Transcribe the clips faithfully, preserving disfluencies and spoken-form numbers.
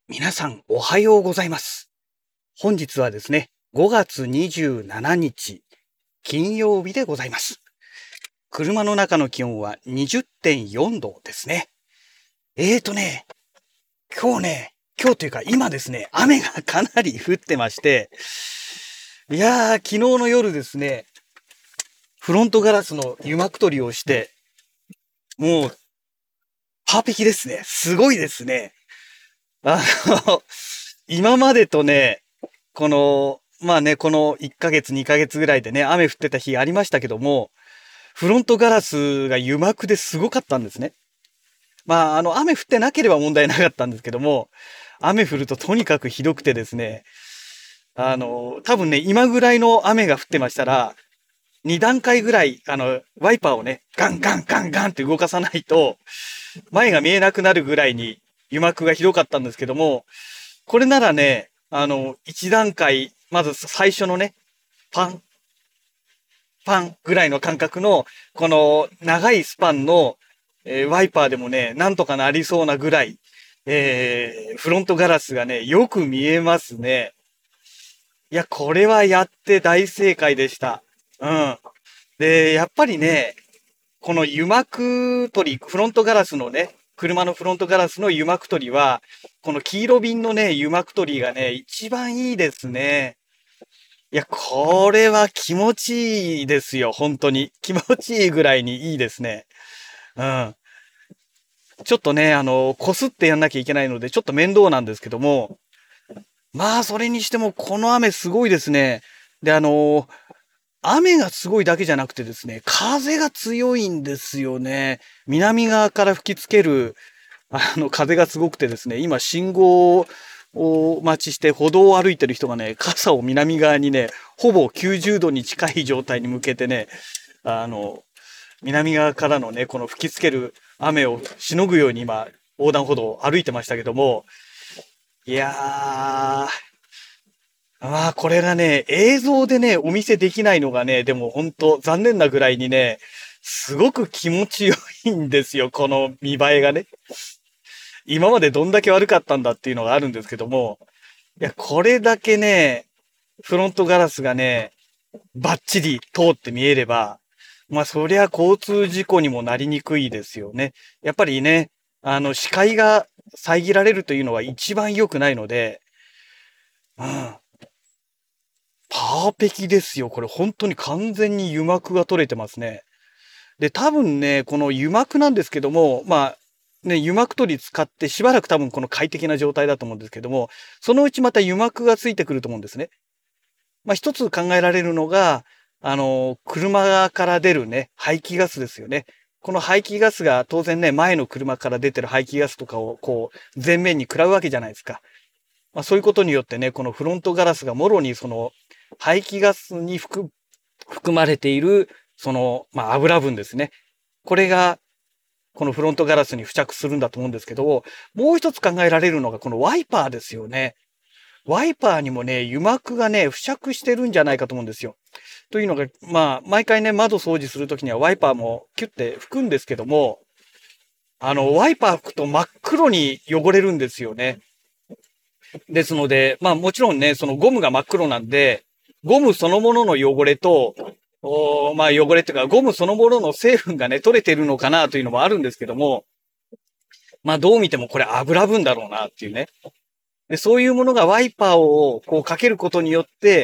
皆さんおはようございます。本日はですね、ごがつにじゅうしちにち金曜日でございます。車の中の気温は にじゅってんよんどですね。えーとね、今日ね、今日というか今ですね、雨がかなり降ってまして、いやー、昨日の夜ですね、フロントガラスの油膜取りをして、もう、パーペキですね。すごいですね。あの、今までとね、この、まあね、このいっかげつ、にかげつぐらいでね、雨降ってた日ありましたけども、フロントガラスが油膜ですごかったんですね。まあ、あの、雨降ってなければ問題なかったんですけども、雨降るととにかくひどくてですね、あの、多分ね、今ぐらいの雨が降ってましたら、にだんかいぐらい、あの、ワイパーをね、ガンガンガンガンって動かさないと、前が見えなくなるぐらいに油膜がひどかったんですけども、これならね、あの、一段階、まず最初のね、パン、パンぐらいの間隔の、この長いスパンの、えーワイパーでもね、なんとかなりそうなぐらい、えーフロントガラスがね、よく見えますね。いや、これはやって大正解でした。うん。で、やっぱりね、この油膜取り、フロントガラスのね、車のフロントガラスの油膜取りは、この黄色瓶のね、油膜取りがね、一番いいですね。いや、これは気持ちいいですよ、本当に。気持ちいいぐらいにいいですね。うん。ちょっとね、あの、こすってやんなきゃいけないので、ちょっと面倒なんですけども、まあ、それにしても、この雨すごいですね。で、あの、雨がすごいだけじゃなくてですね、風が強いんですよね。南側から吹きつける、あの、風がすごくてですね、今、信号を待ちして歩道を歩いてる人がね、傘を南側にね、ほぼきゅうじゅうどに近い状態に向けてね、あの、南側からのね、この吹きつける雨をしのぐように今、横断歩道を歩いてましたけども、いやー、ああ、これがね、映像でね、お見せできないのがね、でも本当残念なぐらいにね、すごく気持ちよいんですよ、この見栄えがね。今までどんだけ悪かったんだっていうのがあるんですけども、いや、これだけね、フロントガラスがね、バッチリ通って見えれば、まあそりゃ交通事故にもなりにくいですよね。やっぱりね、あの視界が遮られるというのは一番良くないので、うん。パーペキですよ。これ本当に完全に油膜が取れてますね。で、多分ね、この油膜なんですけども、まあ、ね、油膜取り使ってしばらく多分この快適な状態だと思うんですけども、そのうちまた油膜がついてくると思うんですね。まあ一つ考えられるのが、あの、車から出るね、排気ガスですよね。この排気ガスが当然ね、前の車から出てる排気ガスとかをこう、前面に食らうわけじゃないですか。まあそういうことによってね、このフロントガラスがもろにその、排気ガスに含含まれている、その、まあ油分ですね。これが、このフロントガラスに付着するんだと思うんですけど、もう一つ考えられるのがこのワイパーですよね。ワイパーにもね、油膜がね、付着してるんじゃないかと思うんですよ。というのが、まあ、毎回ね、窓掃除するときにはワイパーもキュッて拭くんですけども、あの、ワイパー拭くと真っ黒に汚れるんですよね。ですので、まあもちろんね、そのゴムが真っ黒なんで、ゴムそのものの汚れと、おまあ汚れっていうか、ゴムそのものの成分がね、取れてるのかなというのもあるんですけども、まあどう見てもこれ油分だろうなっていうね。で、そういうものがワイパーをこうかけることによって、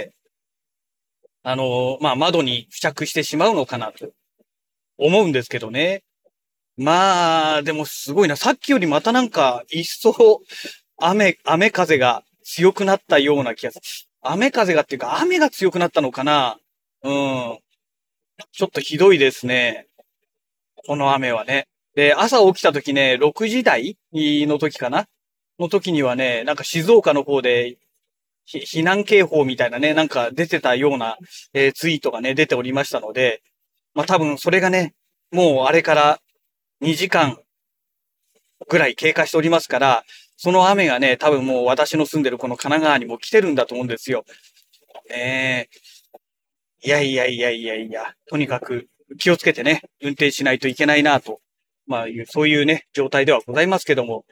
あのまあ窓に付着してしまうのかなと思うんですけどね。まあ、でもすごいな。さっきよりまたなんか一層雨、雨風が強くなったような気がする。雨風がっていうか雨が強くなったのかな。うん。ちょっとひどいですね。この雨はね。で、朝起きた時ね、ろくじ台の時かなの時にはね、なんか静岡の方で、避難警報みたいなね、なんか出てたような、えーツイートがね、出ておりましたので、まあ多分それがね、もうあれからにじかんぐらい経過しておりますから、その雨がね、多分もう私の住んでるこの神奈川にも来てるんだと思うんですよ。ねえ。いやいやいやいやいや、とにかく気をつけてね、運転しないといけないなと。まあいう、そういうね、状態ではございますけども。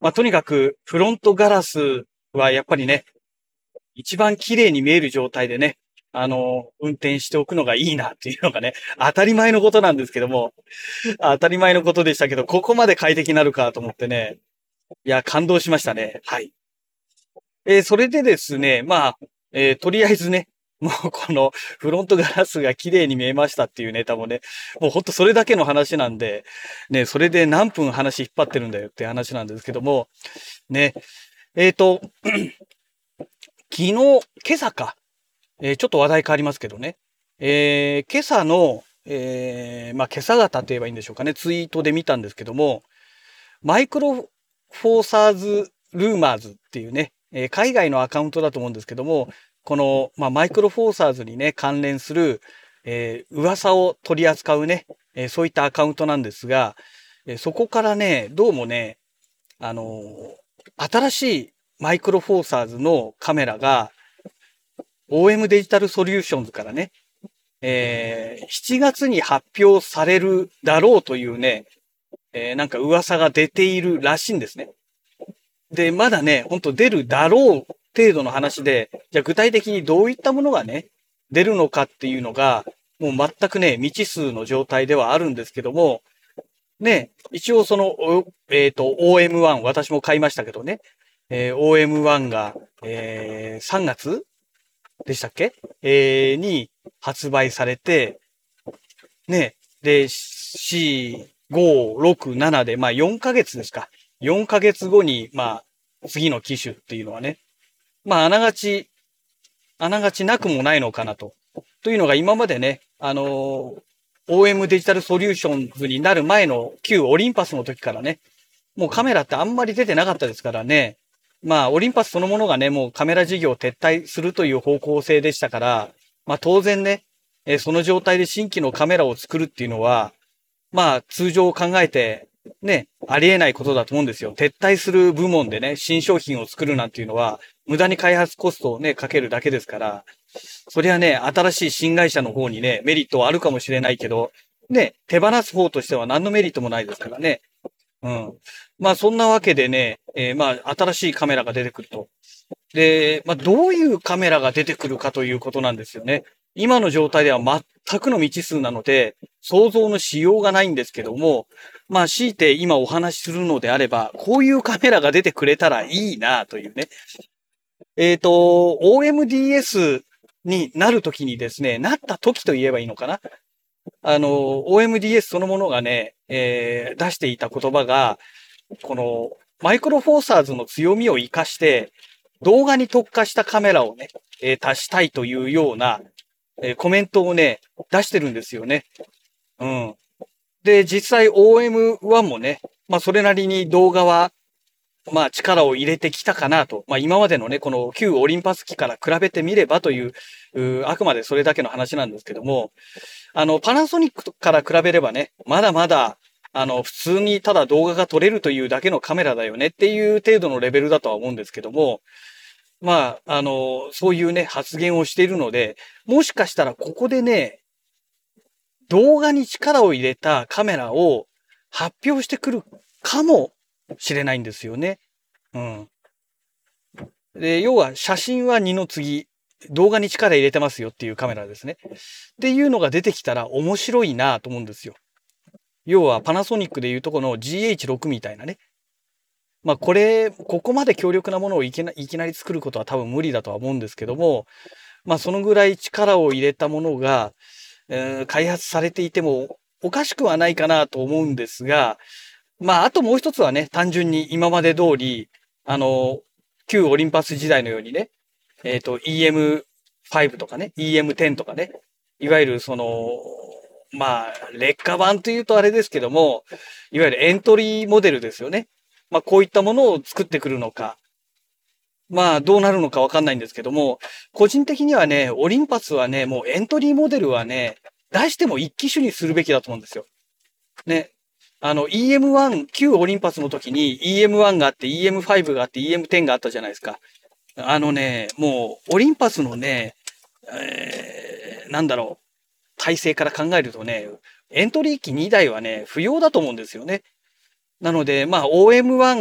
まあ、とにかく、フロントガラスはやっぱりね、一番綺麗に見える状態でね、あの、運転しておくのがいいなっていうのがね、当たり前のことなんですけども、当たり前のことでしたけど、ここまで快適になるかと思ってね、いや、感動しましたね。はい。えーそれでですね、まあ、えーとりあえずね、もうこのフロントガラスが綺麗に見えましたっていうネタもね、もうほんとそれだけの話なんで、ね、それで何分話引っ張ってるんだよって話なんですけども、ね、えっと、昨日、今朝か、えーちょっと話題変わりますけどね、えー今朝の、えーまあ今朝方と言えばいいんでしょうかね、ツイートで見たんですけども、マイクロフォーサーズルーマーズっていうね、えー海外のアカウントだと思うんですけども、この、まあ、マイクロフォーサーズにね、関連する、えー噂を取り扱うね、えーそういったアカウントなんですが、えーそこからね、どうもね、あのー新しいマイクロフォーサーズのカメラが オーエム デジタルソリューションズからね、えーしちがつに発表されるだろうというね、えーなんか噂が出ているらしいんですね。で、まだね、ほんと出るだろう程度の話で、じゃあ具体的にどういったものがね、出るのかっていうのが、もう全くね、未知数の状態ではあるんですけども、ね、一応その、おえっと、オーエムワン、私も買いましたけどね、えー オーエムワン が、えーさんがつでしたっけえーに発売されて、ね、で、よん、ご、ろく、ななで、まあよんかげつですか。よんかげつごに、まあ、次の機種っていうのはね、まあ、あながち、あながちなくもないのかなと。というのが今までね、あのー オーエム デジタルソリューションズになる前の旧オリンパスの時からね、もうカメラってあんまり出てなかったですからね、まあ、オリンパスそのものがね、もうカメラ事業を撤退するという方向性でしたから、まあ当然ね、えーその状態で新規のカメラを作るっていうのは、まあ通常考えて、ね、ありえないことだと思うんですよ。撤退する部門でね、新商品を作るなんていうのは、無駄に開発コストをね、かけるだけですから、そりゃね、新しい新会社の方にね、メリットはあるかもしれないけど、ね、手放す方としては何のメリットもないですからね。うん。まあそんなわけでね、えーまあ新しいカメラが出てくると。で、まあどういうカメラが出てくるかということなんですよね。今の状態では全くの未知数なので、想像のしようがないんですけども、まあ強いて今お話しするのであれば、こういうカメラが出てくれたらいいなというね。えっと、オーエムディーエス になるときにですね、なった時と言えばいいのかな。あの、オーエムディーエス そのものがね、えー出していた言葉が、このマイクロフォーサーズの強みを活かして、動画に特化したカメラをね、えー足したいというような、えーコメントをね、出してるんですよね。うん。で、実際 オーエムワン もね、まあそれなりに動画は、まあ力を入れてきたかなと。まあ今までのね、この旧オリンパス機から比べてみればという、うあくまでそれだけの話なんですけども、あの、パナソニックから比べればね、まだまだ、あの、普通にただ動画が撮れるというだけのカメラだよねっていう程度のレベルだとは思うんですけども、まあ、あの、そういうね、発言をしているので、もしかしたらここでね、動画に力を入れたカメラを発表してくるかもしれないんですよね。うん。で、要は写真は二の次、動画に力入れてますよっていうカメラですね。っていうのが出てきたら面白いなと思うんですよ。要はパナソニックでいうとこの ジーエイチシックス みたいなね。まあこれ、ここまで強力なものをいきな、いきなり作ることは多分無理だとは思うんですけども、まあそのぐらい力を入れたものが、えー開発されていてもおかしくはないかなと思うんですが、まああともう一つはね、単純に今まで通り、あの、旧オリンパス時代のようにね、えっと イーエムファイブ とかね、イーエムテン とかね、いわゆるその、まあ、劣化版というとあれですけども、いわゆるエントリーモデルですよね。まあ、こういったものを作ってくるのか。まあ、どうなるのかわかんないんですけども、個人的にはね、オリンパスはね、もうエントリーモデルはね、出しても一機種にするべきだと思うんですよ。ね。あの、イーエムワン、旧オリンパスの時に イーエムワン があって、イーエムファイブ があって、イーエムテン があったじゃないですか。あのね、もう、オリンパスのね、えー、なんだろう、体制から考えるとね、エントリー機にだいはね、不要だと思うんですよね。なので、まあ、オーエムワン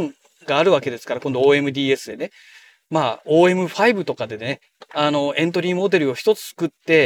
があるわけですから、今度 オーエムディーエス でね。まあ、オーエムファイブ とかでね、あの、エントリーモデルを一つ作って、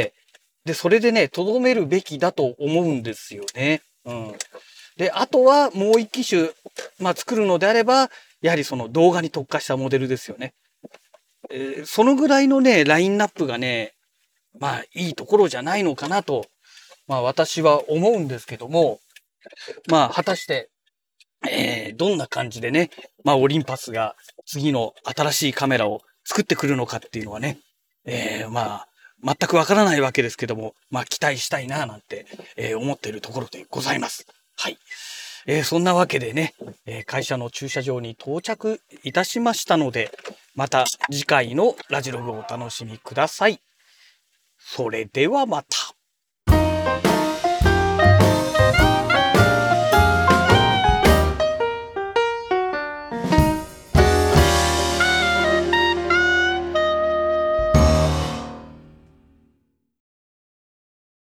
で、それでね、とどめるべきだと思うんですよね。うん。で、あとはもう一機種、まあ、作るのであれば、やはりその動画に特化したモデルですよね。えーそのぐらいのね、ラインナップがね、まあ、いいところじゃないのかなと、まあ、私は思うんですけども、まあ、果たして、えーどんな感じでね、まあ、オリンパスが次の新しいカメラを作ってくるのかっていうのはね、えーまあ、全くわからないわけですけども、まあ、期待したいな、なんて、えー思っているところでございます。はい。えーそんなわけでね、えー会社の駐車場に到着いたしましたので、また次回のラジログをお楽しみください。それではまた。